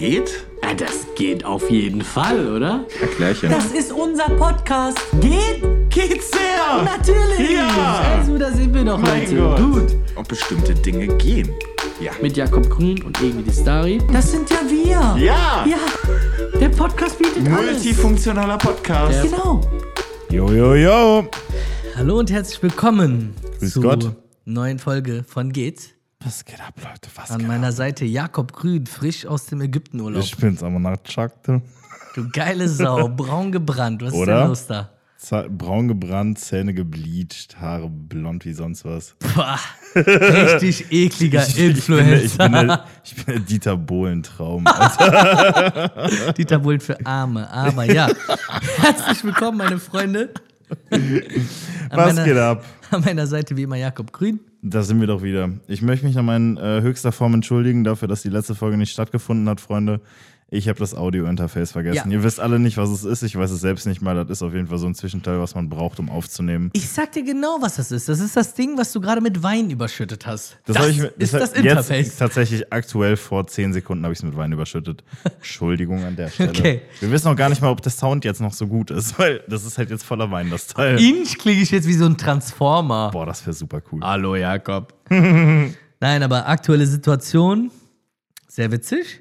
geht? Ja, das geht auf jeden Fall, oder? Erklärchen. Das ist unser Podcast. Geht's sehr? Natürlich. Ja. Also, da sind wir doch Mein heute. Gott. Gut. Und bestimmte Dinge gehen. Ja. Mit Jakob Grün und Emi Distari. Das sind ja wir. Ja. Ja. Der Podcast bietet alles. Multifunktionaler Podcast. Genau. Jo. Hallo und herzlich willkommen Grüß zur Gott. neuen Folge von Geht's. Was geht ab, Leute? Was An geht meiner ab? Seite Jakob Grün, frisch aus dem Ägyptenurlaub. Ich bin's aber nach Chuck, du. Du geile Sau, braun gebrannt. Was ist Oder? denn los da? Braun gebrannt, Zähne gebleicht, Haare blond wie sonst was. Boah, richtig ekliger Ich Influencer. bin der Dieter Bohlen-Traum. Dieter Bohlen für Arme. Aber ja, herzlich willkommen, meine Freunde. Was geht ab? An meiner Seite wie immer Jakob Grün. Da sind wir doch wieder. Ich möchte mich an höchster Form entschuldigen dafür, dass die letzte Folge nicht stattgefunden hat, Freunde. Ich habe das Audio-Interface vergessen. Ja. Ihr wisst alle nicht, was es ist. Ich weiß es selbst nicht mal. Das ist auf jeden Fall so ein Zwischenteil, was man braucht, um aufzunehmen. Ich sag dir genau, was das ist. Das ist das Ding, was du gerade mit Wein überschüttet hast. Das ist das Interface. Jetzt tatsächlich aktuell vor 10 Sekunden habe ich es mit Wein überschüttet. Entschuldigung an der Stelle. Okay. Wir wissen auch gar nicht mal, ob der Sound jetzt noch so gut ist, weil das ist halt jetzt voller Wein, das Teil. Inch klinge ich jetzt wie so ein Transformer. Boah, das wäre super cool. Hallo Jakob. Nein, aber aktuelle Situation, sehr witzig.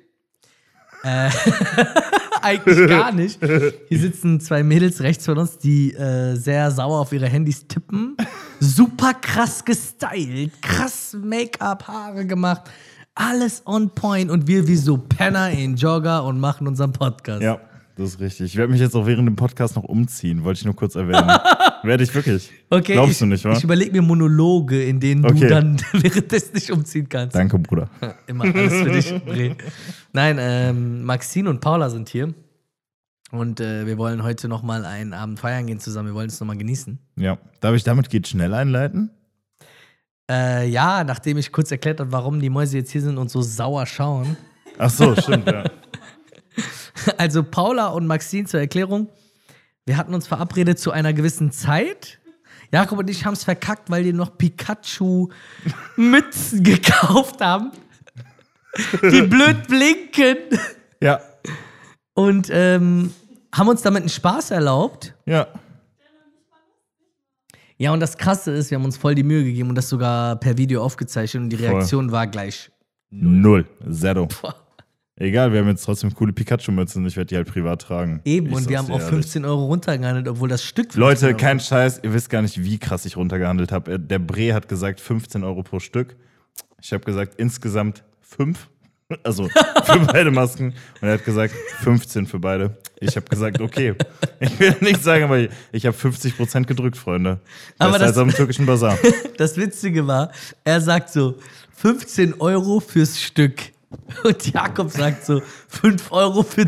Eigentlich gar nicht. Hier sitzen zwei Mädels rechts von uns, die sehr sauer auf ihre Handys tippen. Super krass gestylt, krass Make-up, Haare gemacht. Alles on point und wir wie so Penner in Jogger und machen unseren Podcast. Ja, das ist richtig. Ich werde mich jetzt auch während dem Podcast noch umziehen, wollte ich nur kurz erwähnen. Werde ich wirklich. Okay, Glaubst du nicht, wa? Ich überlege mir Monologe, in denen du Okay. dann währenddessen nicht umziehen kannst. Danke, Bruder. Immer alles für dich, Bre. Nein, Maxine und Paula sind hier. Und wir wollen heute nochmal einen Abend feiern gehen zusammen. Wir wollen es nochmal genießen. Ja. Darf ich damit geht schnell einleiten? Ja, nachdem ich kurz erklärt habe, warum die Mäuse jetzt hier sind und so sauer schauen. Ach so, stimmt, ja. Also Paula und Maxine zur Erklärung. Wir hatten uns verabredet zu einer gewissen Zeit. Jakob und ich haben es verkackt, weil die noch Pikachu-Mützen gekauft haben. Die blöd blinken. Ja. Und haben uns damit einen Spaß erlaubt. Ja. Ja, und das Krasse ist, wir haben uns voll die Mühe gegeben und das sogar per Video aufgezeichnet und die Reaktion war gleich. Null. Zero. Boah. Egal, wir haben jetzt trotzdem coole Pikachu-Mützen. Ich werde die halt privat tragen. Eben, Ich und wir sag's haben dir auf ehrlich. 15 Euro runtergehandelt, obwohl das Stück 15 Leute, Euro. kein Scheiß, ihr wisst gar nicht, wie krass ich runtergehandelt habe. Der Bre hat gesagt 15 Euro pro Stück. Ich habe gesagt insgesamt 5. Also für beide Masken. Und er hat gesagt 15 für beide. Ich habe gesagt, okay. Ich will nicht sagen, aber ich habe 50% gedrückt, Freunde. Aber Besser das- als am türkischen Bazar. Das Witzige war, er sagt so, 15 Euro fürs Stück. Und Jakob sagt so, 5 Euro für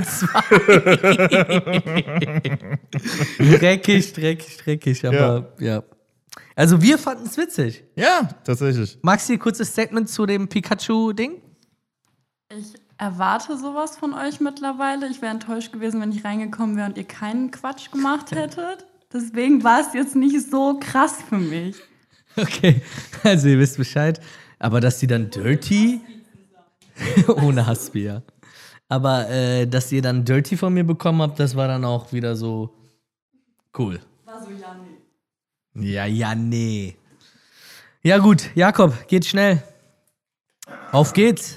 2. Dreckig, aber ja. Also wir fanden es witzig. Ja, tatsächlich. Maxi, kurzes Statement zu dem Pikachu-Ding? Ich erwarte sowas von euch mittlerweile. Ich wäre enttäuscht gewesen, wenn ich reingekommen wäre und ihr keinen Quatsch gemacht hättet. Deswegen war es jetzt nicht so krass für mich. Okay, also ihr wisst Bescheid. Aber dass sie dann dirty, ohne Hassbier, aber dass ihr dann dirty von mir bekommen habt, das war dann auch wieder so cool. War so, ja, nee. Ja, nee. Ja gut, Jakob, geht schnell. Auf geht's.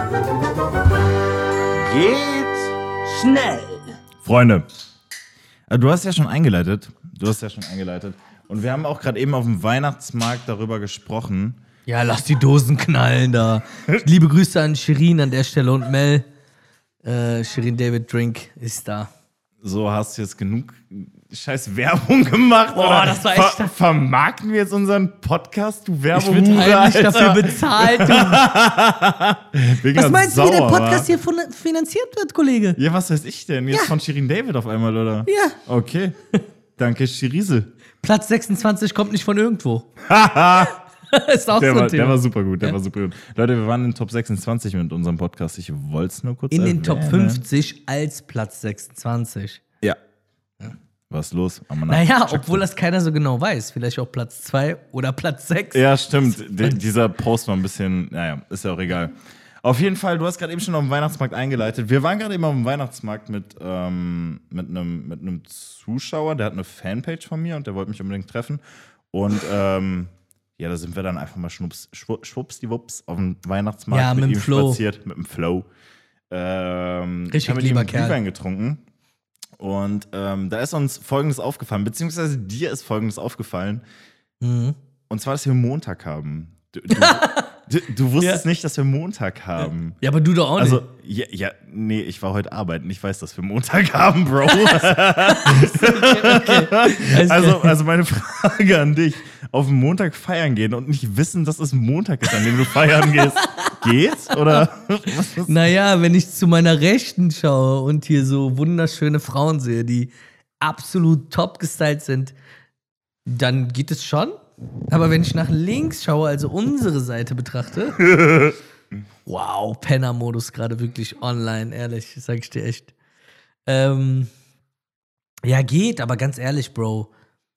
Geht Schnell. Freunde, du hast ja schon eingeleitet. Und wir haben auch gerade eben auf dem Weihnachtsmarkt darüber gesprochen. Ja, lass die Dosen knallen da. Liebe Grüße an Shirin an der Stelle und Mel. Shirin David Drink ist da. So, hast du jetzt genug scheiß Werbung gemacht? Boah, oder das war echt- vermarkten wir jetzt unseren Podcast, du Ich Werbung? würde heimlich dafür bezahlt. Du. Was meinst du, wie der Podcast hier finanziert wird, Kollege? Ja, was weiß ich denn? Jetzt Ja. von Shirin David auf einmal, oder? Ja. Okay. Danke, Shirisel. Platz 26 kommt nicht von irgendwo. Ist auch Der so ein war Thema. super gut, der war super gut. Leute, wir waren in den Top 26 mit unserem Podcast. Ich wollte es nur kurz In den erwähnen. Top 50 als Platz 26. Ja. Was ist los? Naja, obwohl das keiner so genau weiß. Vielleicht auch Platz 2 oder Platz 6. Ja, stimmt. Dieser Post war ein bisschen, naja, ist ja auch egal. Auf jeden Fall, du hast gerade eben schon auf dem Weihnachtsmarkt eingeleitet. Wir waren gerade eben auf dem Weihnachtsmarkt mit einem Zuschauer, der hat eine Fanpage von mir und der wollte mich unbedingt treffen. Und da sind wir dann einfach mal schwuppsdiwupps auf dem Weihnachtsmarkt mit ihm dem Flo. spaziert, mit dem Flo. Richtig haben wir lieber mit ihm Kerl. Glühwein getrunken. Und da ist uns Folgendes aufgefallen, beziehungsweise dir ist Folgendes aufgefallen. Mhm. Und zwar, dass wir Montag haben. Du wusstest nicht, dass wir Montag haben. Ja, aber du doch auch Also, nicht. nee, ich war heute arbeiten. Ich weiß, dass wir Montag haben, Bro. Also meine Frage an dich: Auf den Montag feiern gehen und nicht wissen, dass es Montag ist, an dem du feiern gehst. Geht's? Oder? Naja, wenn ich zu meiner Rechten schaue und hier so wunderschöne Frauen sehe, die absolut top gestylt sind, dann geht es schon. Aber wenn ich nach links schaue, also unsere Seite betrachte, wow, Penner-Modus gerade wirklich online, ehrlich, sag ich dir echt. Ja, geht, aber ganz ehrlich, Bro,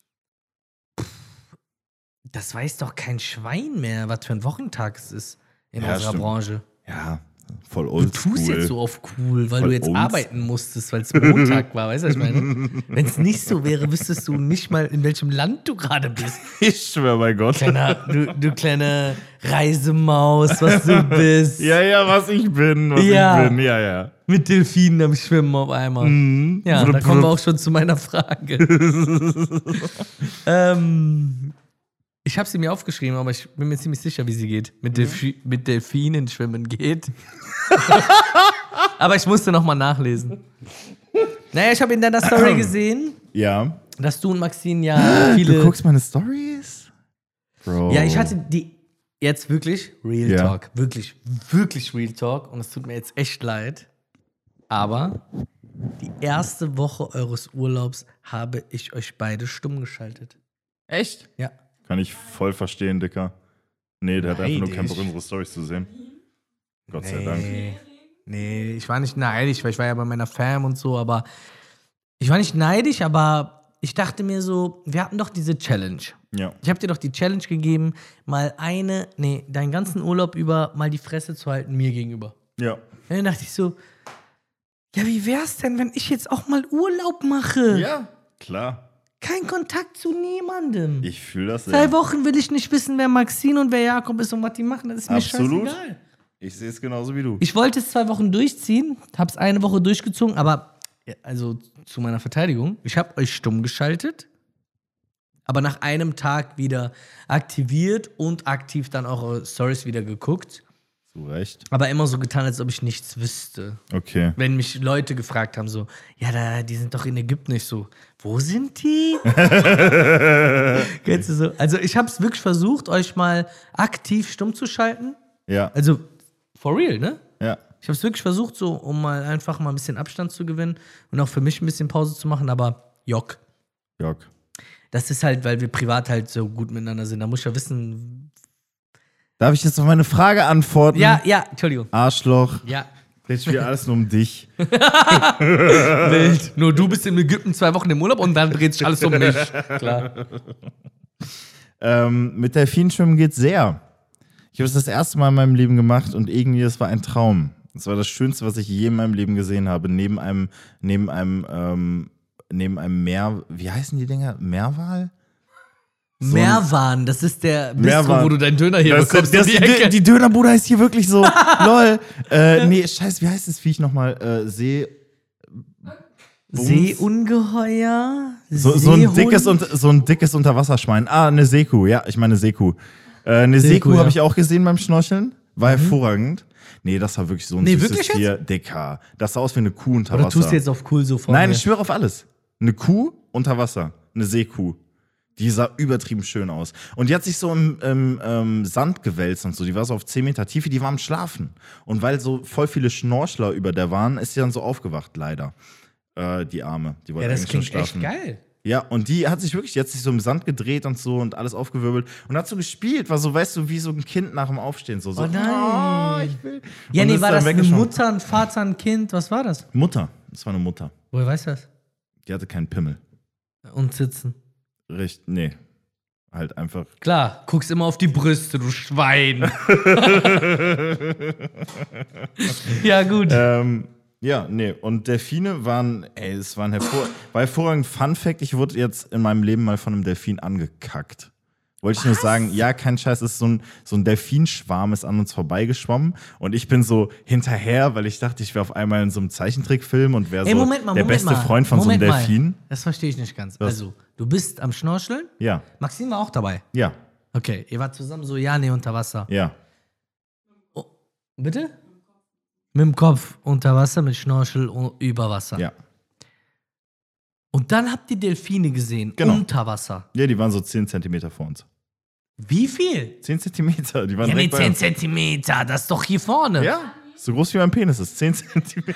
das weiß doch kein Schwein mehr, was für ein Wochentag es ist in Ja, unserer stimmt. Branche. Ja, voll Du oldschool. tust jetzt so auf cool, weil Voll du jetzt olds. arbeiten musstest, weil es Montag war, weißt du, was ich meine? Wenn es nicht so wäre, wüsstest du nicht mal, in welchem Land du gerade bist. Ich schwör bei Gott. Du kleine Reisemaus, was du bist. Ja, was ich bin, Ja. ja. Mit Delfinen am Schwimmen auf einmal. Ja, da kommen wir auch schon zu meiner Frage. Ich habe sie mir aufgeschrieben, aber ich bin mir ziemlich sicher, wie sie geht. Mit Delfinen schwimmen geht. Aber ich musste nochmal nachlesen. Naja, ich habe in deiner Story gesehen, Ja. dass du und Maxine ja viele... Du guckst meine Stories? Bro. Ja, ich hatte die... Jetzt wirklich Real Ja. Talk. Wirklich, wirklich Real Talk. Und es tut mir jetzt echt leid. Aber die erste Woche eures Urlaubs habe ich euch beide stumm geschaltet. Echt? Ja. Kann ich voll verstehen, Dicker. Nee, der hat einfach nur keinen Neidisch. Bock, unsere Stories zu sehen. Gott sei Dank. Nee, ich war nicht neidisch, weil ich war ja bei meiner Fam und so, aber ich war nicht neidisch, aber ich dachte mir so, wir hatten doch diese Challenge. Ja. Ich habe dir doch die Challenge gegeben, deinen ganzen Urlaub über mal die Fresse zu halten mir gegenüber. Ja. Und dann dachte ich so, ja, wie wär's denn, wenn ich jetzt auch mal Urlaub mache? Ja, klar. Kein Kontakt zu niemandem. Ich fühle das 2 sehr. Wochen will ich nicht wissen, wer Maxine und wer Jakob ist und was die machen. Das ist mir Absolut. scheißegal. Ich sehe es genauso wie du. Ich wollte es 2 Wochen durchziehen, hab's eine Woche durchgezogen, aber, also zu meiner Verteidigung, ich habe euch stumm geschaltet, aber nach einem Tag wieder aktiviert und aktiv dann auch eure Stories wieder geguckt. Zu Recht. Aber immer so getan, als ob ich nichts wüsste. Okay. Wenn mich Leute gefragt haben, so, ja, die sind doch in Ägypten. Ich so, wo sind die? Kennst du so? Also ich habe es wirklich versucht, euch mal aktiv stumm zu schalten. Ja. Also, for real, ne? Ja. Ich habe es wirklich versucht, so, um mal einfach mal ein bisschen Abstand zu gewinnen und auch für mich ein bisschen Pause zu machen, aber Jock. Jörg. Das ist halt, weil wir privat halt so gut miteinander sind. Da muss ich ja wissen. Darf ich jetzt auf meine Frage antworten? Ja, Entschuldigung. Arschloch. Ja. Dreht wieder alles nur um dich. Wild. Nur du bist in Ägypten 2 Wochen im Urlaub und dann dreht sich alles um mich. Klar. Mit Delfinschwimmen geht's sehr. Ich habe es das erste Mal in meinem Leben gemacht und irgendwie, das war ein Traum. Das war das Schönste, was ich je in meinem Leben gesehen habe. Neben einem Meer, wie heißen die Dinger? Meerwal? Meerwan, das ist der Bistro, Meerwan. wo du deinen Döner hier bekommst. um die Ecke. Die Dönerbude heißt hier wirklich so. Lol. Nee, scheiße, wie heißt das Viech nochmal? Seeungeheuer? So ein dickes Unterwasserschwein. Eine Seekuh. Ja, ich meine Seekuh. Eine Seekuh ja. habe ich auch gesehen beim Schnorcheln. War hervorragend. Nee, das war wirklich so ein süßes wirklich Tier. Dicker. Das sah aus wie eine Kuh unter Oder Wasser. tust du jetzt auf cool so vor Nein, mir? ich schwöre auf alles. Eine Kuh unter Wasser. Eine Seekuh. Die sah übertrieben schön aus. Und die hat sich so im Sand gewälzt und so. Die war so auf 10 Meter Tiefe, die war am Schlafen. Und weil so voll viele Schnorchler über der waren, ist sie dann so aufgewacht, leider. Die Arme. Die wollte Ja, das eigentlich schon klingt echt schlafen. geil. Ja, und die hat sich so im Sand gedreht und so und alles aufgewirbelt und hat so gespielt, war so, weißt du, wie so ein Kind nach dem Aufstehen. So, Oh nein. ich will. Ja, Und nee, ist war dann das eine weggeschwommen. Mutter, ein Vater, ein Kind? Was war das? Mutter. Das war eine Mutter. Woher weißt du das? Die hatte keinen Pimmel. Und sitzen. Nee. Halt einfach. Klar, guckst immer auf die Brüste, du Schwein. Ja, gut. Ja, nee. Und Delfine waren, es waren hervorragend. Fun Fact, ich wurde jetzt in meinem Leben mal von einem Delfin angekackt. Wollte ich nur sagen, ja, kein Scheiß, ist so ein Delfinschwarm ist an uns vorbeigeschwommen und ich bin so hinterher, weil ich dachte, ich wäre auf einmal in so einem Zeichentrickfilm und wäre so der beste Freund von so einem Delfin. Das verstehe ich nicht ganz. Was? Also, du bist am Schnorcheln? Ja, Maxim war auch dabei. ja, Okay, ihr wart zusammen so, ja, nee, unter Wasser. ja. Oh, bitte? Mit dem Kopf unter Wasser, mit Schnorchel über Wasser. Ja. Und dann habt ihr Delfine gesehen, Genau. unter Wasser. Ja, die waren so 10 Zentimeter vor uns. Wie viel? 10 Zentimeter, die waren Ja, nee, direkt bei 10 uns. Zentimeter, das ist doch hier vorne. Ja, so groß wie mein Penis ist, 10 Zentimeter.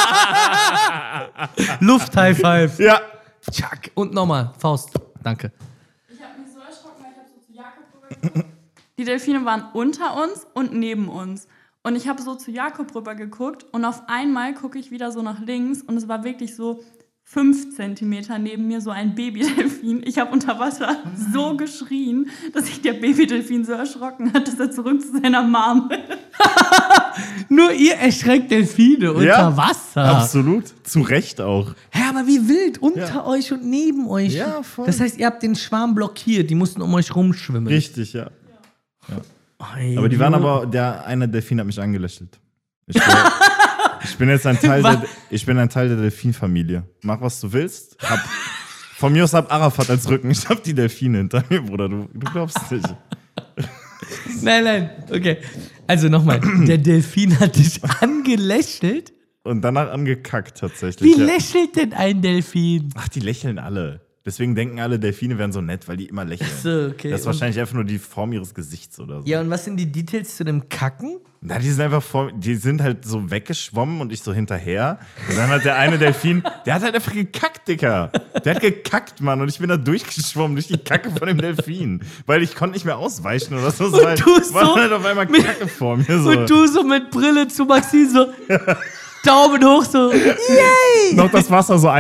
Luft-High Five. Ja. Tschack. Und nochmal, Faust. Danke. Ich habe mich so erschrocken, weil ich habe so zu Jakob rübergeguckt. Die Delfine waren unter uns und neben uns. Und ich habe so zu Jakob rübergeguckt und auf einmal gucke ich wieder so nach links und es war wirklich so 5 Zentimeter neben mir so ein Babydelfin. Ich habe unter Wasser so geschrien, dass sich der Babydelfin so erschrocken hat, dass er zurück zu seiner Mom. Nur ihr erschreckt Delfine unter Wasser. Absolut. Zu Recht auch. Hä, aber wie wild, unter euch und neben euch. Ja, voll. Das heißt, ihr habt den Schwarm blockiert, die mussten um euch rumschwimmen. Richtig, ja. Ey, Aber die waren der eine Delfin hat mich angelächelt. Ich bin jetzt ein Teil der Delfinfamilie. Mach, was du willst. Von mir aus hab Arafat als Rücken. Ich hab die Delfine hinter mir, Bruder. Du glaubst nicht. Nein, okay. Also nochmal, der Delfin hat dich angelächelt. Und danach angekackt tatsächlich. Wie ja. lächelt denn ein Delfin? Ach, die lächeln alle. Deswegen denken alle, Delfine wären so nett, weil die immer lächeln. So, okay. Das ist wahrscheinlich einfach nur die Form ihres Gesichts oder so. Ja, und was sind die Details zu dem Kacken? Na, die sind halt so weggeschwommen und ich so hinterher. Und dann hat der eine Delfin, der hat halt einfach gekackt, Dicker. Der hat gekackt, Mann. Und ich bin da durchgeschwommen durch die Kacke von dem Delfin. Weil ich konnte nicht mehr ausweichen oder so. Es war, war halt auf einmal Kacke vor mir. So. Und du so mit Brille zu Maxine so Daumen hoch so. Yay! Noch das Wasser so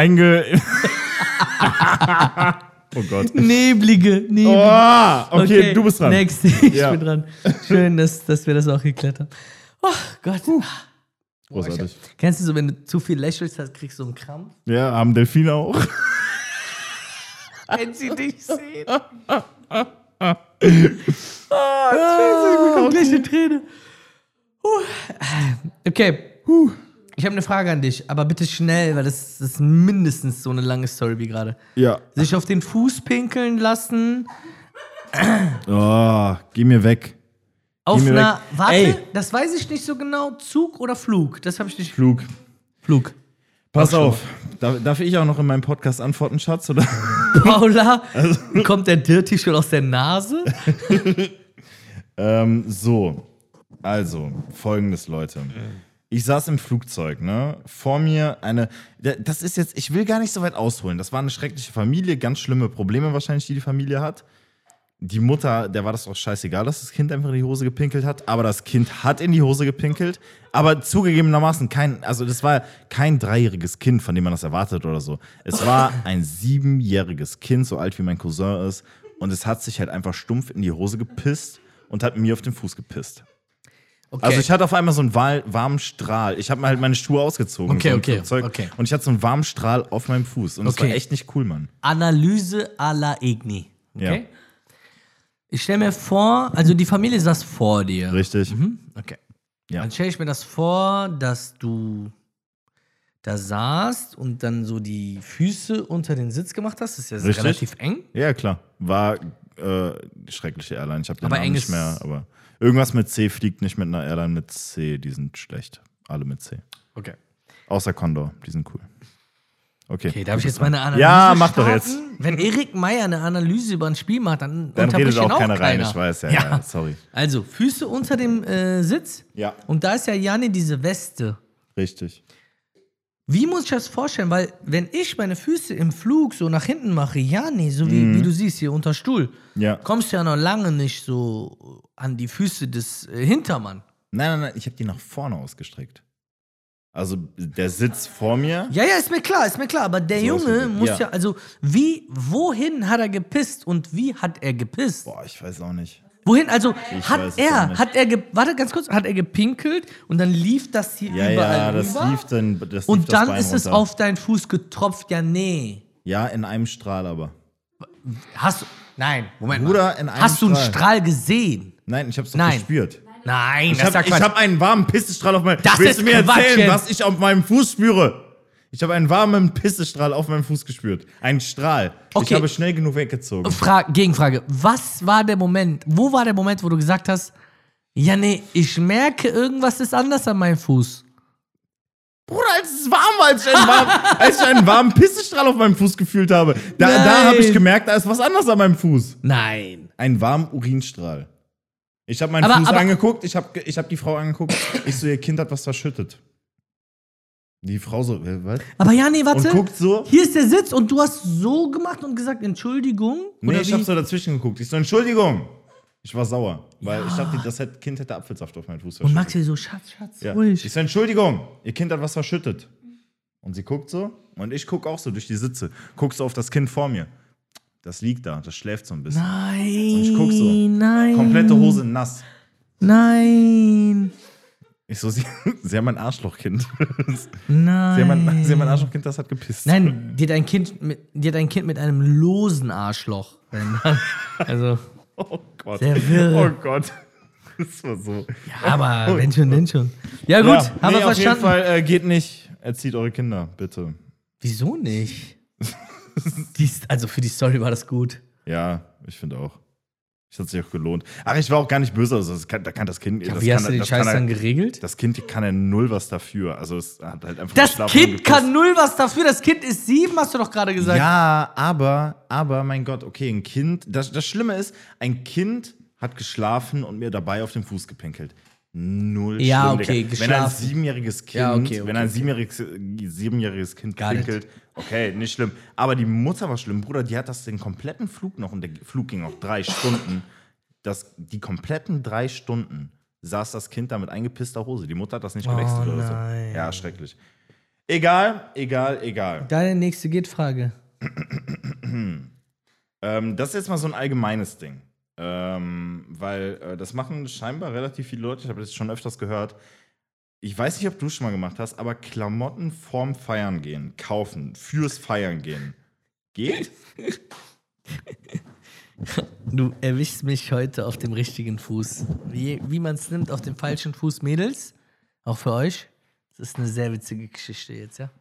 Oh Gott. Neblige. Oh, okay, du bist dran. Next, ich Ja. bin dran. Schön, dass wir das auch geklärt haben. Oh Gott. Großartig. Kennst du so, wenn du zu viel lächelst, kriegst du einen Krampf? Ja, haben Delfine auch. Wenn sie dich sehen. Gleich eine Träne. Okay. Ich habe eine Frage an dich, aber bitte schnell, weil das ist mindestens so eine lange Story wie gerade. Ja. Sich auf den Fuß pinkeln lassen. Oh, geh mir weg. Auf mir einer. weg. Warte, Ey. das weiß ich nicht so genau. Zug oder Flug? Das habe ich nicht. Flug. Flug. Pass Auch schon. auf. Darf ich auch noch in meinem Podcast antworten, Schatz? Oder? Paula, kommt der Dirty schon aus der Nase? So. Also, folgendes, Leute. Ich saß im Flugzeug, ne? Vor mir das ist jetzt, ich will gar nicht so weit ausholen. Das war eine schreckliche Familie, ganz schlimme Probleme wahrscheinlich, die Familie hat. Die Mutter, der war das auch scheißegal, dass das Kind einfach in die Hose gepinkelt hat. Aber das Kind hat in die Hose gepinkelt. Aber zugegebenermaßen das war kein 3-jähriges Kind, von dem man das erwartet oder so. Es war ein 7-jähriges Kind, so alt wie mein Cousin ist. Und es hat sich halt einfach stumpf in die Hose gepisst und hat mir auf den Fuß gepisst. Okay. Also ich hatte auf einmal so einen warmen Strahl. Ich habe mir halt meine Schuhe ausgezogen. Okay, so im okay, Flugzeug. okay. Und ich hatte so einen warmen Strahl auf meinem Fuß. Und das Okay. war echt nicht cool, Mann. Analyse à la Igni. Okay? Ja. Ich stelle mir vor, also die Familie saß vor dir. Richtig. Okay. Ja. Dann stelle ich mir das vor, dass du da saßt und dann so die Füße unter den Sitz gemacht hast. Das ist ja Richtig. relativ eng. Ja, klar. War schreckliche Airline. Ich habe den Aber Namen eng nicht ist- mehr. Aber irgendwas mit C fliegt nicht mit einer Airline mit C. Die sind schlecht. Alle mit C. Okay. Außer Condor. Die sind cool. Okay. Okay, darf ich jetzt meine Analyse Ja, mach doch starten? jetzt. Wenn Erik Meyer eine Analyse über ein Spiel macht, dann Dann unterbricht redet ihn auch keiner rein. keiner. Ich weiß, ja, sorry. Also, Füße unter dem Sitz. Ja. Und da ist ja Janni diese Weste. Richtig. Wie muss ich das vorstellen? Weil, wenn ich meine Füße im Flug so nach hinten mache, Janni, so wie du siehst hier unter Stuhl, Ja. kommst du ja noch lange nicht so an die Füße des Hintermann. Nein, ich habe die nach vorne ausgestreckt. Also der sitzt vor mir. Ja, ist mir klar, aber der So ist Junge es. muss Ja. ja, also wohin hat er gepisst und wie hat er gepisst? Boah, ich weiß auch nicht. Wohin, also Ich weiß es auch nicht. warte ganz kurz, hat er gepinkelt und dann lief das hier Ja, überall das rüber? lief dann. Das lief Und das dann Bein ist es runter. auf deinen Fuß getropft, ja, nee. Ja, in einem Strahl aber. Nein, Moment Bruder, in einem Hast du einen Strahl. Strahl gesehen? Nein, ich hab's doch Nein. gespürt. Nein, Ich das ist ja hab Quatsch. einen warmen Pissestrahl auf meinem. Das Willst ist du mir Quatsch erzählen, jetzt. was ich auf meinem Fuß spüre? Ich habe einen warmen Pissestrahl auf meinem Fuß gespürt. Einen Strahl. Okay. Ich habe schnell genug weggezogen. Gegenfrage. Was war der Moment, wo war der Moment, wo du gesagt hast, ja, nee, ich merke, irgendwas ist anders an meinem Fuß? Bruder, als es warm war, als ich einen warmen Pissestrahl auf meinem Fuß gefühlt habe. Da Nein. habe ich gemerkt, da ist was anderes an meinem Fuß. Nein. Ein warmen Urinstrahl. Ich habe meinen Aber- Fuß aber- angeguckt, ich hab die Frau angeguckt. Ich so, ihr Kind hat was verschüttet. Die Frau so, was? Aber ja, nee, warte. Und guckt so. Hier ist der Sitz und du hast so gemacht und gesagt, Entschuldigung? Nee, Oder ich wie? hab so dazwischen geguckt. Ich so, Entschuldigung. Ich war sauer, weil ich dachte, das Kind hätte Apfelsaft auf meinen Fuß Und verschüttet. Maxi so, Schatz, Ja. ruhig. Ich so, Entschuldigung, ihr Kind hat was verschüttet. Und sie guckt so und ich guck auch so durch die Sitze. Guck so auf das Kind vor mir. Das liegt da, das schläft so ein bisschen. Nein. Und ich guck so. Nein. Komplette Hose nass. Nein. Ich so, sie haben ein Arschlochkind. Nein. Sie haben ein Arschlochkind, das hat gepisst. Nein, die hat ein Kind mit einem losen Arschloch. Wenn dann- Also, Oh Gott. Sehr wirr. Oh Gott. Das war so. ja, aber wenn schon, denn schon. Ja, gut, Ja, haben wir auf jeden verstanden. Fall geht nicht. Erzieht eure Kinder, bitte. Wieso nicht? Also für die Story war das gut. Ja, ich finde auch. Es hat sich auch gelohnt. Ach, ich war auch gar nicht böse. Also da kann das Kind. Wie hast du den Scheiß dann geregelt? Das Kind kann ja null was dafür. Also es hat halt einfach Das geschlafen und Kind gepisst. kann null was dafür. Das Kind ist 7, hast du doch gerade gesagt. Ja, aber, mein Gott, okay, ein Kind. Das Schlimme ist, ein Kind hat geschlafen und mir dabei auf den Fuß gepinkelt. Null Ja, schlimm, okay, Digga. Wenn ein geschlafen. 7-jähriges Kind, Ja, okay, wenn ein siebenjähriges Kind Got it. pinkelt, okay, nicht schlimm. Aber die Mutter war schlimm, Bruder, die hat das den kompletten Flug noch und der Flug ging auch 3 Stunden. Die kompletten 3 Stunden saß das Kind da mit eingepisster Hose. Die Mutter hat das nicht gewechselt oder so. nein. Ja, schrecklich. Egal. Deine nächste Geht-Frage. Das ist jetzt mal so ein allgemeines Ding. Weil das machen scheinbar relativ viele Leute, ich habe das schon öfters gehört. Ich weiß nicht, ob du es schon mal gemacht hast, aber Klamotten vorm Feiern gehen, kaufen, fürs Feiern gehen. Geht? Du erwischst mich heute auf dem richtigen Fuß. Wie man es nimmt, auf dem falschen Fuß, Mädels. Auch für euch. Das ist eine sehr witzige Geschichte jetzt, ja?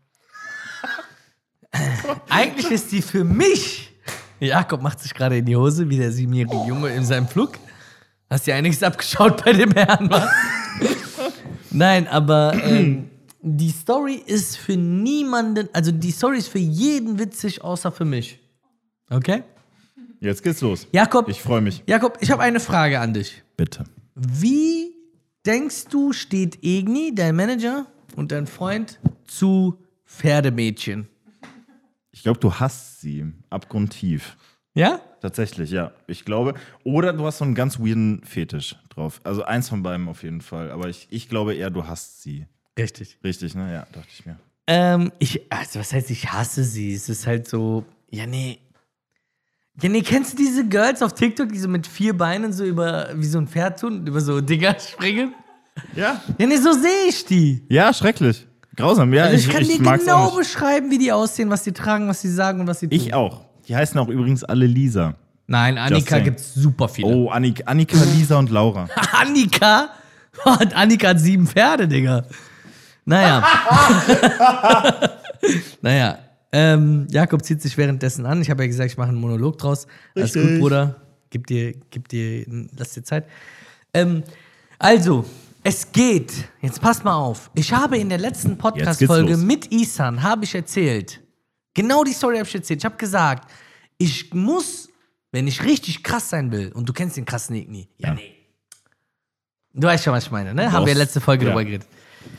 Eigentlich ist die für mich. Jakob macht sich gerade in die Hose, wie der 7-jährige Junge in seinem Flug. Hast dir einiges abgeschaut bei dem Herrn, Mann. Nein, aber die Story ist für niemanden, also die Story ist für jeden witzig, außer für mich. Okay? Jetzt geht's los. Jakob, Ich freue mich. Jakob, ich habe eine Frage an dich. Bitte. Wie denkst du, steht Egni, dein Manager und dein Freund zu Pferdemädchen? Ich glaube, du hasst sie. Abgrundtief. Ja? Tatsächlich, ja. Ich glaube. Oder du hast so einen ganz weirden Fetisch drauf. Also eins von beiden auf jeden Fall. Aber ich glaube eher, du hasst sie. Richtig. Richtig, ne? Ja, dachte ich mir. Also was heißt, ich hasse sie? Es ist halt so, ja, nee, kennst du diese Girls auf TikTok, die so mit 4 Beinen so über, wie so ein Pferd tun und über so Dinger springen? Ja? Ja, nee, so sehe ich die. Ja, schrecklich. Grausam, ja. Also ich kann dir mag's genau auch nicht. beschreiben, wie die aussehen, was die tragen, was sie sagen und was sie tun. Ich auch. Die heißen auch übrigens alle Lisa. Nein, Annika saying. gibt's super viele. Oh, Annika, Lisa und Laura. Annika? Annika hat 7 Pferde, Digga. Naja. Jakob zieht sich währenddessen an. Ich habe ja gesagt, ich mache einen Monolog draus. Alles Richtig. gut, Bruder. Lass dir Zeit. Also, es geht. Jetzt pass mal auf. Ich habe in der letzten Podcast-Folge los. mit Isan, habe ich erzählt, genau die Story habe ich erzählt. Ich habe gesagt, ich muss, wenn ich richtig krass sein will, und du kennst den krassen Igni. Ja, nee. Du weißt schon, was ich meine, ne? Haben wir letzte Folge drüber geredet.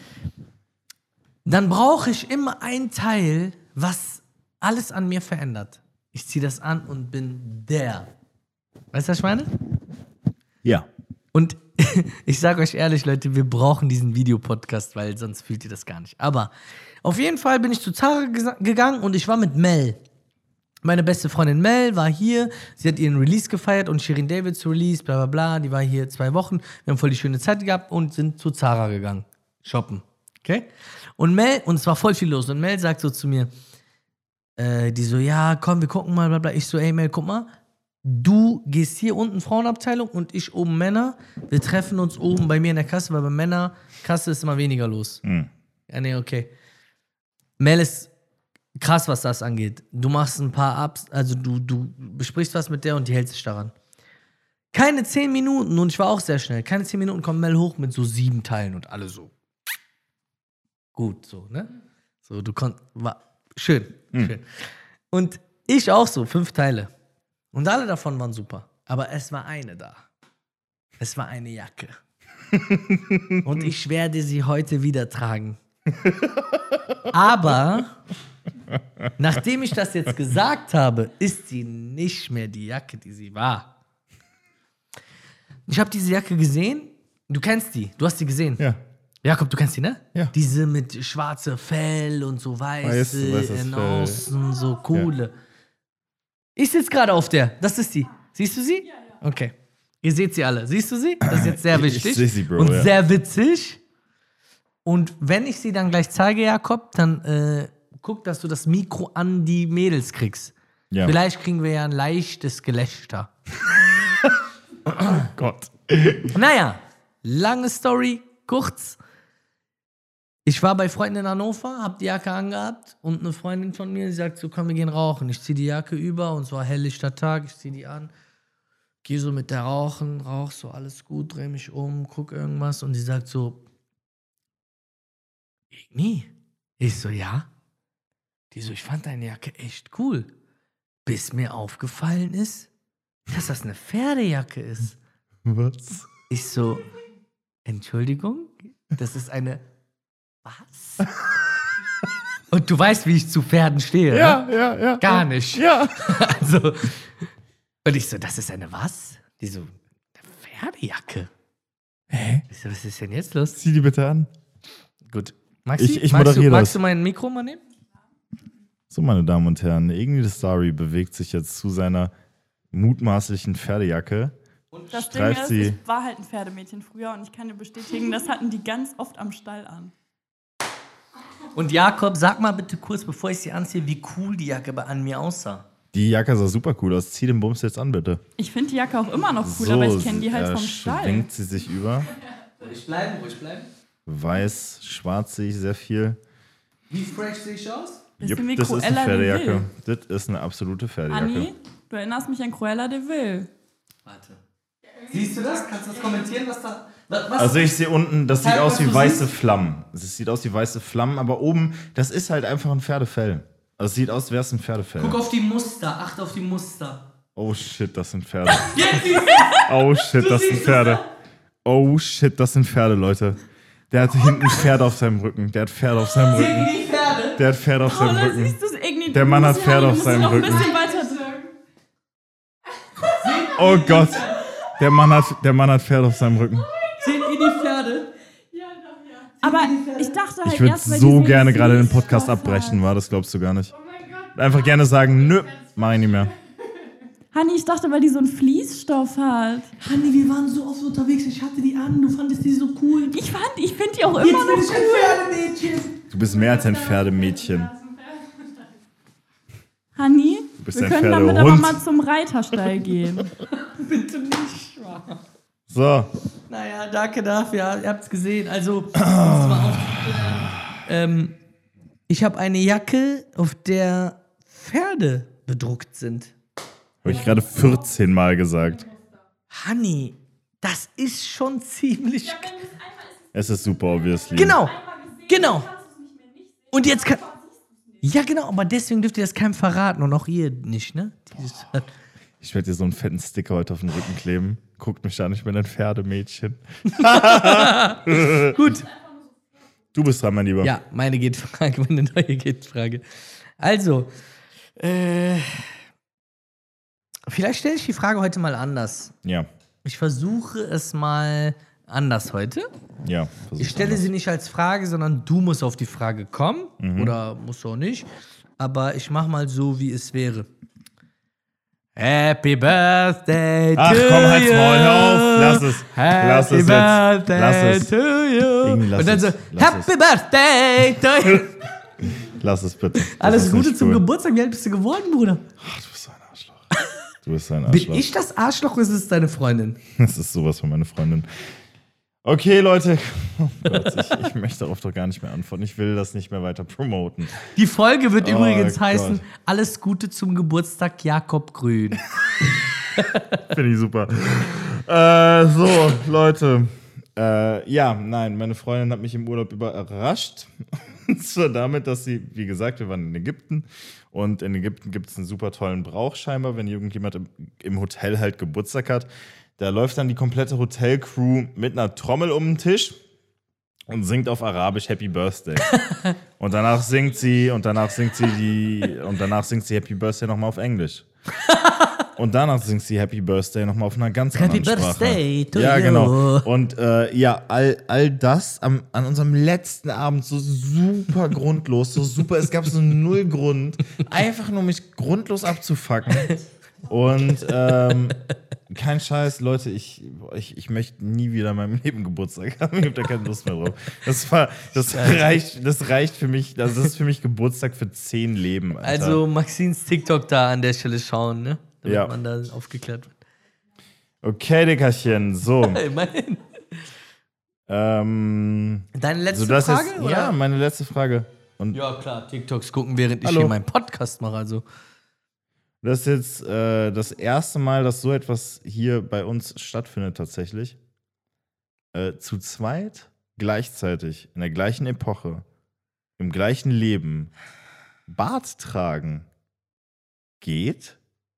Dann brauche ich immer ein Teil, was alles an mir verändert. Ich ziehe das an und bin der. Weißt du, was ich meine? Ja. Und ich sage euch ehrlich, Leute, wir brauchen diesen Videopodcast, weil sonst fühlt ihr das gar nicht. Aber auf jeden Fall bin ich zu Zara gegangen und ich war mit Mel. Meine beste Freundin Mel war hier, sie hat ihren Release gefeiert und Shirin Davids Release, bla bla bla, die war hier 2 Wochen. Wir haben voll die schöne Zeit gehabt und sind zu Zara gegangen, shoppen, okay? Und es war voll viel los und Mel sagt so zu mir, die so, ja, komm, wir gucken mal, bla bla. Ich so, ey Mel, guck mal, du gehst hier unten Frauenabteilung und ich oben Männer. Wir treffen uns oben bei mir in der Kasse, weil bei Männer Kasse ist immer weniger los. Ja, nee, okay. Mel ist krass, was das angeht. Du machst ein paar Ups, also du besprichst was mit der und die hält sich daran. Keine 10 Minuten, und ich war auch sehr schnell, keine 10 Minuten kommt Mel hoch mit so 7 Teilen und alle so. Gut, so, ne? So, war schön, schön. Und ich auch so, 5 Teile. Und alle davon waren super. Aber es war eine da. Es war eine Jacke. Und ich werde sie heute wieder tragen. Aber nachdem ich das jetzt gesagt habe, ist sie nicht mehr die Jacke, die sie war. Ich habe diese Jacke gesehen. Du kennst die. Du hast die gesehen. Ja. Jakob, du kennst die, ne? Ja. Diese mit schwarzem Fell und so weißes Fell. außen, so coole. Ja. Ich sitze gerade auf der. Das ist die. Siehst du sie? Ja. Okay. Ihr seht sie alle. Siehst du sie? Das ist jetzt sehr wichtig. Ich sehe sie, Bro. Und sehr witzig. Und wenn ich sie dann gleich zeige, Jakob, dann guck, dass du das Mikro an die Mädels kriegst. Ja. Vielleicht kriegen wir ja ein leichtes Gelächter. Oh Gott. Naja, lange Story, kurz. Ich war bei Freunden in Hannover, hab die Jacke angehabt und eine Freundin von mir, sie sagt so, komm, wir gehen rauchen. Ich zieh die Jacke über und es war helllichter Tag, ich zieh die an, geh so mit der rauchen, rauch so, alles gut, dreh mich um, guck irgendwas und sie sagt so, Igni? Ich so, ja. Die so, ich fand deine Jacke echt cool. Bis mir aufgefallen ist, dass das eine Pferdejacke ist. Was? Ich so, Entschuldigung? Das ist eine... Was? Und du weißt, wie ich zu Pferden stehe, Ja. Gar nicht. Ja. Also, und ich so, das ist eine was? Die so, eine Pferdejacke. Hä? Ich so, was ist denn jetzt los? Zieh die bitte an. Gut. Ich moderiere das. Magst du mein Mikro mal nehmen? So, meine Damen und Herren, irgendwie das Story bewegt sich jetzt zu seiner mutmaßlichen Pferdejacke. Und das Ding ist, ich war halt ein Pferdemädchen früher und ich kann dir bestätigen, das hatten die ganz oft am Stall an. Und Jakob, sag mal bitte kurz, bevor ich sie anziehe, wie cool die Jacke an mir aussah. Die Jacke sah super cool aus. Zieh den Bums jetzt an, bitte. Ich finde die Jacke auch immer noch cool, aber ich kenne die halt vom Stall. Schwenkt sie sich über. Ruhig bleiben. Weiß, schwarz sehe ich sehr viel. Wie fresh sehe ich aus? Jupp, das ist eine Pferdejacke. Das ist eine absolute Pferdejacke. Anni, du erinnerst mich an Cruella de Vil. Warte. Siehst du das? Kannst du das kommentieren, was da... Was? Also ich sehe unten, das sieht aus wie weiße Flammen. Es sieht aus wie weiße Flammen, aber oben, das ist halt einfach ein Pferdefell. Also es sieht aus, wäre es ein Pferdefell. Guck auf die Muster, acht auf die Muster. Oh shit, das sind Pferde. Oh shit, das sind Pferde. Oh shit, das sind Pferde, Leute. Der hat hinten ein Pferd auf seinem Rücken. Der hat Pferde auf seinem Rücken. Der hat Pferde auf seinem Rücken. Der Mann hat Pferde auf seinem Rücken. Oh Gott. Der Mann hat Pferde auf seinem Rücken. Seht ihr die Pferde? Ja, doch, ja. Aber ich dachte halt ich würde so gerne gerade den Podcast abbrechen, war das glaubst du gar nicht. Oh mein Gott. Einfach gerne sagen, nö, mach ich nicht mehr. Hanni, ich dachte, weil die so einen Fließstoff hat. Hanni, wir waren so oft unterwegs, ich hatte die an, du fandest die so cool. Ich finde die auch immer noch cool. Pferdemädchen. Du bist mehr als ein Pferdemädchen. Hanni, wir können damit aber mal zum Reiterstall gehen. Bitte nicht. So. Naja, danke dafür, ihr habt's gesehen. Also, ich habe eine Jacke, auf der Pferde bedruckt sind. Habe ich gerade 14 Mal gesagt. Hanni, das ist schon ziemlich... Ja, es ist super, obviously. Genau. Und jetzt kann... Ja, genau, aber deswegen dürft ihr das keinem verraten und auch ihr nicht, ne? Ich werde dir so einen fetten Sticker heute auf den Rücken kleben. Guckt mich an, ich bin ein Pferdemädchen. Gut. Du bist dran, mein Lieber. Ja, meine neue Gehtfrage. Also, vielleicht stelle ich die Frage heute mal anders. Ja. Ich versuche es mal anders heute. Ja. Ich stelle sie nicht als Frage, sondern du musst auf die Frage kommen. Oder musst du auch nicht. Aber ich mach mal so, wie es wäre. Happy Birthday Ach to komm, halt's you. Maul, hör auf. Lass es. Lass Happy es jetzt. Birthday Lass es. to you. Irgendwie lass Und dann es. so, Lass Happy Birthday to you. Lass es bitte. Das Alles ist Gute nicht zum cool. Geburtstag. Wie alt bist du geworden, Bruder? Ach, du bist so ein Arschloch. Du bist so ein Bin Arschloch. ich das Arschloch oder ist es deine Freundin? Das ist sowas von meiner Freundin. Okay, Leute. Oh Gott, ich möchte darauf doch gar nicht mehr antworten. Ich will das nicht mehr weiter promoten. Die Folge wird übrigens Gott. heißen: Alles Gute zum Geburtstag, Jakob Grün. Finde ich super. So, Leute. Ja, nein, meine Freundin hat mich im Urlaub überrascht. Und zwar damit, dass sie, wie gesagt, wir waren in Ägypten. Und in Ägypten gibt es einen super tollen Brauch scheinbar, wenn irgendjemand im Hotel halt Geburtstag hat. Da läuft dann die komplette Hotelcrew mit einer Trommel um den Tisch und singt auf Arabisch Happy Birthday. Und danach singt sie Happy Birthday nochmal auf Englisch. Und danach singt sie Happy Birthday nochmal auf einer ganz anderen Sprache. Happy Birthday to Ja, you. genau. Und ja, all das an unserem letzten Abend so super grundlos, so super, es gab so null Grund, einfach nur mich grundlos abzufacken. Und kein Scheiß, Leute, ich möchte nie wieder in meinem Leben Geburtstag haben. Ich habe da keine Lust mehr drauf. Das reicht für mich, das ist für mich Geburtstag für 10 Leben, Alter. Also Maxins TikTok da an der Stelle schauen, ne? Damit Ja. man da aufgeklärt wird. Okay, Dickerchen, so. Immerhin. Deine letzte so das Frage? ist, oder? ja, meine letzte Frage. Und Ja, klar, TikToks gucken, während ich Hallo. hier meinen Podcast mache. Also. das ist jetzt das erste Mal, dass so etwas hier bei uns stattfindet tatsächlich. Zu zweit, gleichzeitig, in der gleichen Epoche, im gleichen Leben, Bart tragen geht.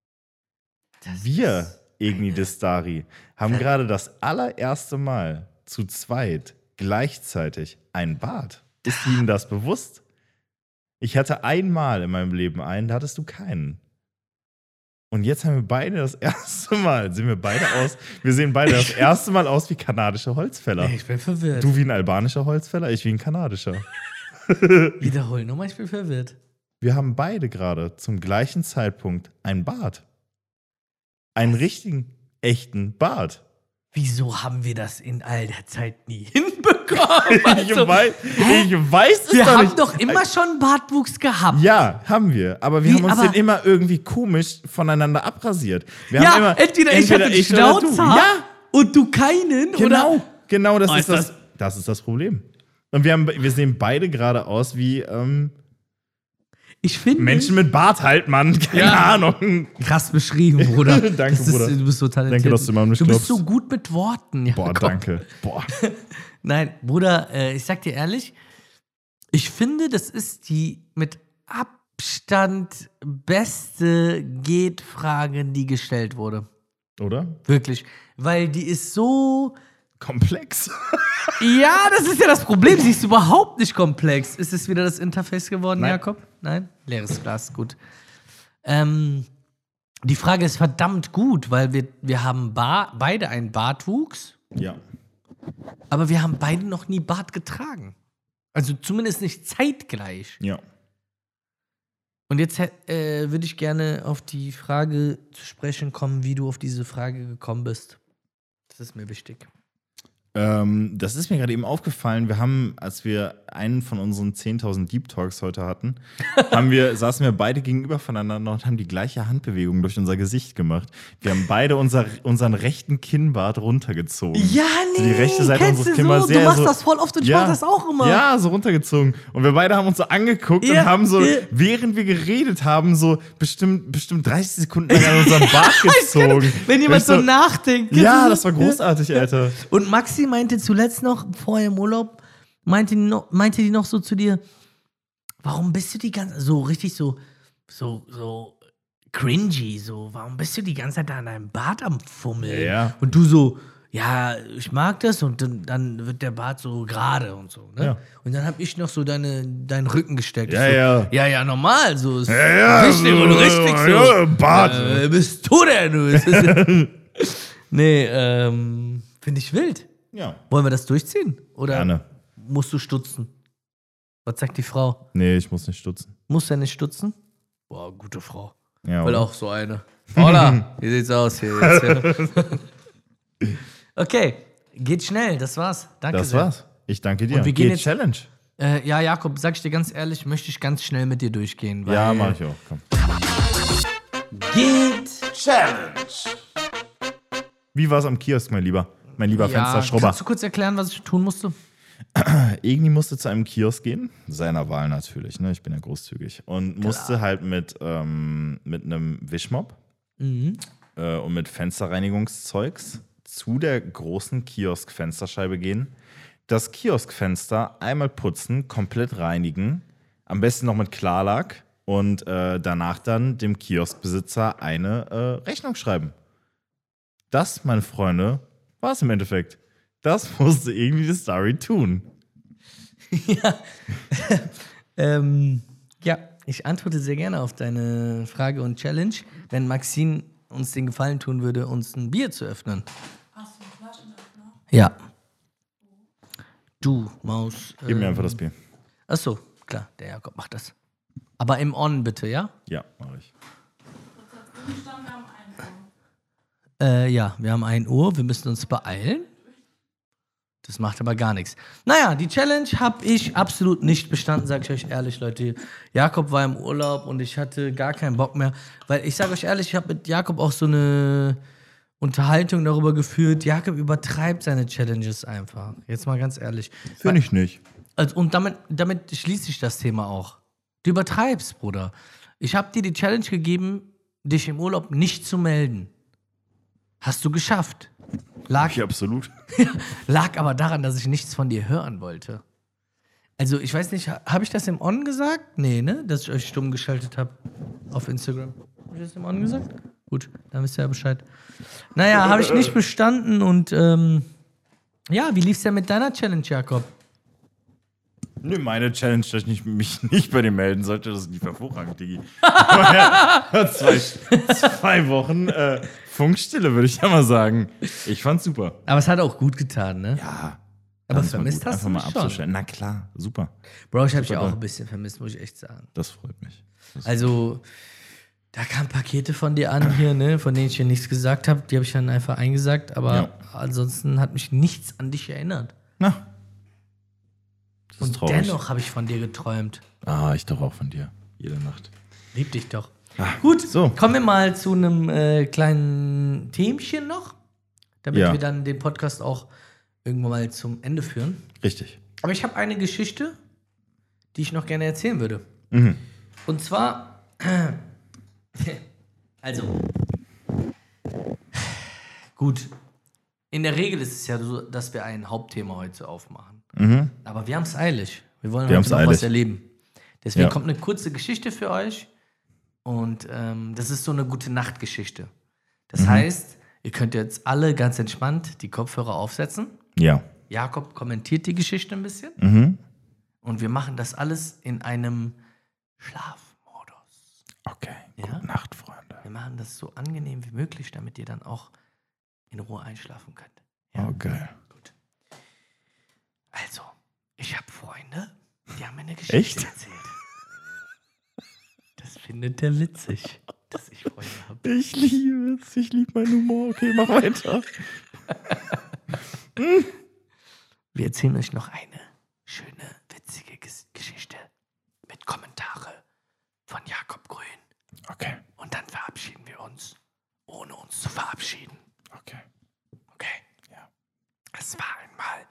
Wir, Egni Destari, haben gerade das allererste Mal zu zweit gleichzeitig ein Bart. Ist Ihnen das bewusst? Ich hatte einmal in meinem Leben einen, da hattest du keinen. Und jetzt haben wir beide das erste Mal, wir sehen beide das erste Mal aus wie kanadische Holzfäller. Ich bin verwirrt. Du wie ein albanischer Holzfäller, ich wie ein kanadischer. Wiederhol nochmal, ich bin verwirrt. Wir haben beide gerade zum gleichen Zeitpunkt einen Bart. Einen richtigen, echten Bart. Wieso haben wir das in all der Zeit nie hinbekommen? Ich weiß es Wir doch haben nicht. doch immer schon Bartwuchs gehabt. Ja, haben wir. Aber wir Wie, haben uns aber- den immer irgendwie komisch voneinander abrasiert. Wir Ja, haben immer, entweder ich hatte oder du. Schnauzer Ja, und du keinen. genau. Oder? Genau, das Oh, ist ist das ist das Problem. Und wir sehen beide gerade aus wie Ich finde. Menschen mit Bart halt, Mann. Keine Ja. Ahnung. Krass beschrieben, Bruder. Danke, Bruder. Du bist so talentiert. Danke, dass du immer an mich Du bist glaubst. so gut mit Worten. Boah, Jakob. danke. Boah. Nein, Bruder, ich sag dir ehrlich, ich finde, das ist die mit Abstand beste Geht-Frage, die gestellt wurde. Oder? Wirklich. Weil die ist so. Komplex. Ja, das ist ja das Problem. Sie ist überhaupt nicht komplex. Ist es wieder das Interface geworden, Nein. Jakob? Nein? Leeres Glas, gut. Die Frage ist verdammt gut, weil wir haben beide einen Bartwuchs, Ja. aber wir haben beide noch nie Bart getragen. Also zumindest nicht zeitgleich. Ja. Und jetzt würde ich gerne auf die Frage zu sprechen kommen, wie du auf diese Frage gekommen bist. Das ist mir wichtig. Das ist mir gerade eben aufgefallen. Wir haben, als wir einen von unseren 10.000 Deep Talks heute hatten, saßen wir beide gegenüber voneinander und haben die gleiche Handbewegung durch unser Gesicht gemacht. Wir haben beide unseren rechten Kinnbart runtergezogen. Ja, So die rechte Seite kennst unseres du Kinnbarts so? Du machst das voll oft und ich mach das auch immer. Ja, so runtergezogen. Und wir beide haben uns so angeguckt Ja, und haben so, ja. während wir geredet haben, so bestimmt 30 Sekunden lang an unserem Bart gezogen. Wenn jemand Ich so nachdenkt. Ja, kennst das du war großartig, Alter. Und Maxi meinte zuletzt noch, vorher im Urlaub, meinte die noch so zu dir, warum bist du die ganze Zeit so richtig so cringy, so, warum bist du die ganze Zeit da an deinem Bart am Fummeln? Ja. Und du so, ja, ich mag das und dann wird der Bart so gerade und so, ne? Ja. Und dann hab ich noch so deinen Rücken gesteckt. Ja, Ich so, ja. Ja, normal, so ist Ja, richtig und richtig so. ja, Bart. Wer bist du denn? Du? Nee, finde ich wild. Ja. Wollen wir das durchziehen? Oder Gerne. musst du stutzen? Was sagt die Frau? Nee, ich muss nicht stutzen. Muss er nicht stutzen? Boah, gute Frau. Ja, Will oder? auch so eine. Paula, wie sieht's aus hier jetzt? Okay, geht schnell, das war's. Danke Das sehr. war's. Ich danke dir. Und wir gehen Geht jetzt- Challenge. Ja, Jakob, sag ich dir ganz ehrlich, möchte ich ganz schnell mit dir durchgehen. Weil Ja, mach ich auch. Komm. Geht. Wie war's am Kiosk, mein Lieber? Mein lieber Ja, Fensterschrubber. kannst du kurz erklären, was ich tun musste? Igni musste zu einem Kiosk gehen, seiner Wahl natürlich, ne? Ich bin ja großzügig. Und musste halt mit einem Wischmopp und mit Fensterreinigungszeugs zu der großen Kiosk-Fensterscheibe gehen, das Kioskfenster einmal putzen, komplett reinigen, am besten noch mit Klarlack und danach dann dem Kioskbesitzer eine Rechnung schreiben. Das, meine Freunde, war es im Endeffekt. Das musste irgendwie die Story tun. Ja, ich antworte sehr gerne auf deine Frage und Challenge, wenn Maxine uns den Gefallen tun würde, uns ein Bier zu öffnen. Hast du eine Flaschenöffner? Ja. Du, Maus. Gib mir einfach das Bier. Achso, klar, der Jakob macht das. Aber im On bitte, ja? Ja, mache ich. Gegenstand, wir haben einen Raum. Ja, wir haben 1 Uhr, wir müssen uns beeilen. Das macht aber gar nichts. Naja, die Challenge habe ich absolut nicht bestanden, sage ich euch ehrlich, Leute. Jakob war im Urlaub und ich hatte gar keinen Bock mehr. Weil ich sage euch ehrlich, ich habe mit Jakob auch so eine Unterhaltung darüber geführt. Jakob übertreibt seine Challenges einfach. Jetzt mal ganz ehrlich. Finde ich nicht. Also, und damit schließe ich das Thema auch. Du übertreibst, Bruder. Ich habe dir die Challenge gegeben, dich im Urlaub nicht zu melden. Hast du geschafft. Lag absolut. Lag aber daran, dass ich nichts von dir hören wollte. Also, ich weiß nicht, habe ich das im On gesagt? Nee, ne? Dass ich euch stumm geschaltet habe auf Instagram. Habe ich das im On gesagt? Gut, dann wisst ihr ja Bescheid. Naja, habe ich nicht bestanden und ja, wie lief's denn mit deiner Challenge, Jakob? Nö, meine Challenge, dass ich mich nicht bei dir melden sollte, das lief hervorragend, Digi. Ja, zwei Wochen Funkstille, würde ich ja mal sagen. Ich fand's super. Aber es hat auch gut getan, ne? Ja. Aber das war vermisst gut, hast einfach du mal mich schon. abzustellen. Na klar, super. Bro, ich habe dich Super auch geil. ein bisschen vermisst, muss ich echt sagen. Das freut mich. Also, da kamen Pakete von dir an hier, ne, von denen ich dir nichts gesagt habe. Die habe ich dann einfach eingesagt, aber Ja. ansonsten hat mich nichts an dich erinnert. Na. Das ist Und traurig. dennoch habe ich von dir geträumt. Ah, ich doch auch von dir. Jede Nacht. Lieb dich doch. Ah, Gut, so. kommen wir mal zu einem kleinen Themchen noch, damit Ja. wir dann den Podcast auch irgendwann mal zum Ende führen. Richtig. Aber ich habe eine Geschichte, die ich noch gerne erzählen würde. Mhm. Und zwar, also, gut, in der Regel ist es ja so, dass wir ein Hauptthema heute aufmachen. Mhm. Aber wir haben es eilig. Wir wollen Wir heute haben's noch eilig. was erleben. Deswegen Ja. kommt eine kurze Geschichte für euch. Und das ist so eine gute Nachtgeschichte. Das heißt, ihr könnt jetzt alle ganz entspannt die Kopfhörer aufsetzen. Ja. Jakob kommentiert die Geschichte ein bisschen. Mhm. Und wir machen das alles in einem Schlafmodus. Okay. Ja? Gute Nacht, Freunde. Wir machen das so angenehm wie möglich, damit ihr dann auch in Ruhe einschlafen könnt. Ja? Oh, geil. Gut. Also, ich habe Freunde, die haben mir eine Geschichte Echt? erzählt. Das findet der witzig, dass ich Freunde habe. Ich liebe es. Ich liebe meinen Humor. Okay, mach weiter. Wir erzählen euch noch eine schöne, witzige Geschichte mit Kommentare von Jakob Grün. Okay. Und dann verabschieden wir uns, ohne uns zu verabschieden. Okay. Okay? Ja. Es war einmal.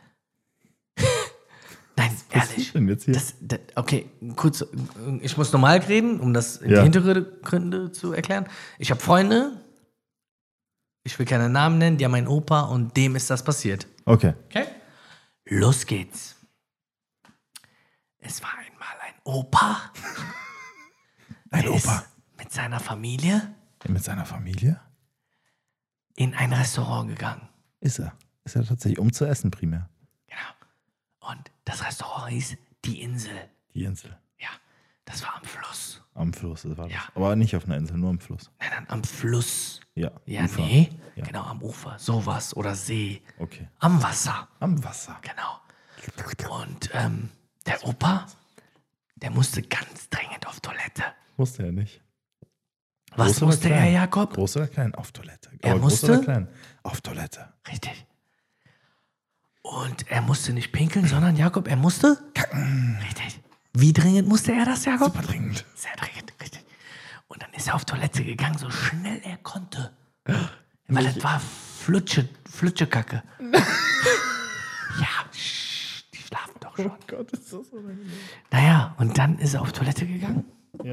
Nein, Was ehrlich. ist denn jetzt hier? Okay, kurz. Ich muss normal reden, um das in Ja. die Hintergründe zu erklären. Ich habe Freunde, ich will keine Namen nennen, die haben einen Opa und dem ist das passiert. Okay. Okay? Los geht's. Es war einmal ein Opa. Ein der Opa. ist mit seiner Familie Mit seiner Familie? in ein Restaurant gegangen. Ist er. Ist er tatsächlich, um zu essen primär. Genau. Und das Restaurant hieß Die Insel. Die Insel. Ja. Das war am Fluss. Am Fluss war das. Ja. Aber nicht auf einer Insel, nur am Fluss. Nein, nein, am Fluss. Ja. Ja, Ufer. nee. Ja. Genau, am Ufer. Sowas. Oder See. Okay. Am Wasser. Am Wasser. Genau. Und der Opa, der musste ganz dringend auf Toilette. Musste er nicht. Was Groß oder musste er, klein? Jakob? Groß oder klein? Auf Toilette. Er Aber groß musste? oder klein? Auf Toilette. Richtig. Und er musste nicht pinkeln, sondern Jakob, er musste kacken. Richtig. Wie dringend musste er das, Jakob? Super dringend. Sehr dringend, richtig. Und dann ist er auf Toilette gegangen, so schnell er konnte. Weil das war Flutschekacke. Ja, die schlafen doch schon. Oh Gott, ist das so unangenehm. Naja, und dann ist er auf Toilette gegangen. Ja.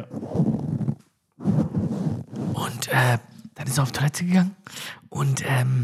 Und dann ist er auf Toilette gegangen. Und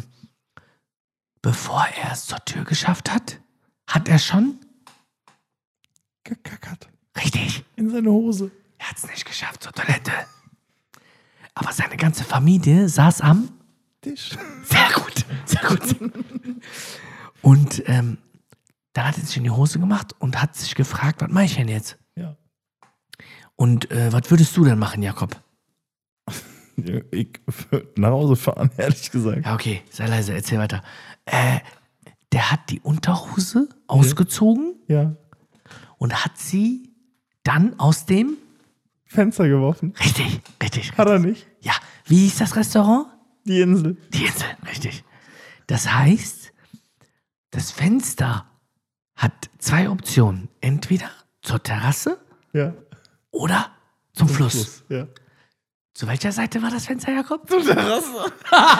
bevor er es zur Tür geschafft hat, hat er schon... Gekackert. Richtig. In seine Hose. Er hat es nicht geschafft zur Toilette. Aber seine ganze Familie saß am... Tisch. Sehr gut, sehr gut. Und dann hat er sich in die Hose gemacht und hat sich gefragt, was mache ich denn jetzt? Ja. Und was würdest du denn machen, Jakob? Ich würde nach Hause fahren, ehrlich gesagt. Ja, okay, sei leise, erzähl weiter. Der hat die Unterhose ausgezogen Ja. und hat sie dann aus dem... Fenster geworfen. Richtig, richtig. Hat er nicht. Ja, wie hieß das Restaurant? Die Insel. Die Insel, richtig. Das heißt, das Fenster hat zwei Optionen. Entweder zur Terrasse Ja. oder zum Fluss. Ja. Zu welcher Seite war das Fenster, Jakob? Zur Terrasse.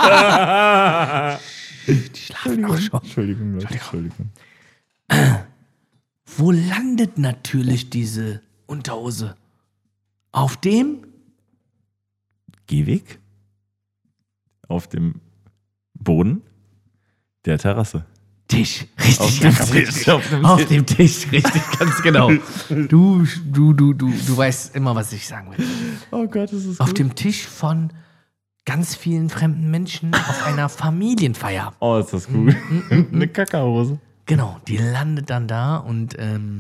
Die schlafen auch schon. Entschuldigung, Leute. Entschuldigung. Wo landet natürlich diese Unterhose? Auf dem Gehweg. Auf dem Boden der Terrasse. Tisch. Richtig, Auf dem ganz Tisch, richtig. auf dem Auf Tisch. dem Tisch, richtig, ganz genau. Du weißt immer, was ich sagen will. Oh Gott, das ist Auf dem Tisch von ganz vielen fremden Menschen auf einer Familienfeier. Oh, ist das gut. Eine Kackerhose. Genau, die landet dann da und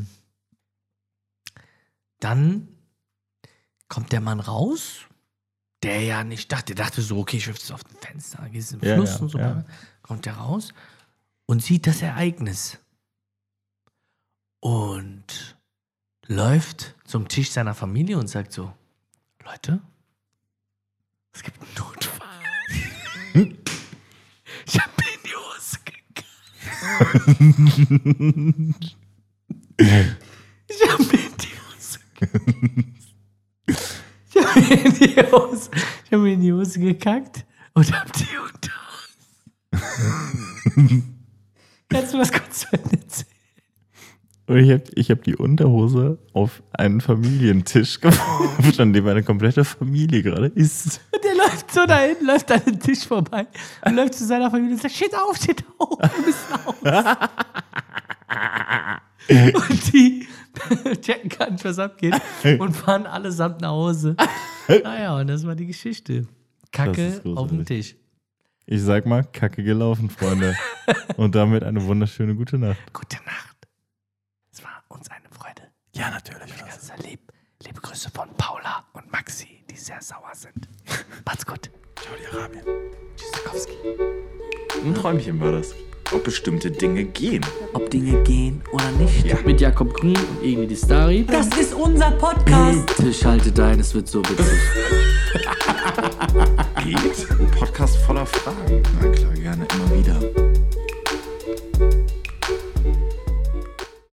dann kommt der Mann raus, der ja nicht dachte, der dachte so, okay, ich wirf das auf dem Fenster, gehst im Ja, Fluss ja, und so. ja. Kommt der raus und sieht das Ereignis. Und läuft zum Tisch seiner Familie und sagt so, Leute, es gibt einen Notfall. Ich hab mir in die Hose gekackt. Ich hab mir in die Hose gekackt. Ich hab mir in die Hose gekackt und hab die Unterhose. Kannst du was kurz zu Ende erzählen? Und ich hab die Unterhose auf einen Familientisch geworfen, an dem eine komplette Familie gerade ist. Und der läuft so dahin, läuft an den Tisch vorbei und läuft zu seiner Familie und sagt, steht auf, wir müssen aus. Und die checken gar nicht, was abgeht und fahren allesamt nach Hause. Naja, und das war die Geschichte. Das Kacke ist großartig. auf dem Tisch. Ich sag mal, Kacke gelaufen, Freunde. Und damit eine wunderschöne gute Nacht. Gute Nacht. Es war uns eine Freude. Ja, natürlich. Ganz liebe Grüße von Paula und Maxi, die sehr sauer sind. Macht's gut. Saudi-Arabien. Tschüssikowski. Ein Träumchen war das. Ob bestimmte Dinge gehen. Ob Dinge gehen oder nicht. Ja. Mit Jakob Grün und Egli die Stari. Das ist unser Podcast. Bitte schaltet ein, es wird so witzig. Geht? Ein Podcast voller Fragen. Na klar, gerne immer wieder.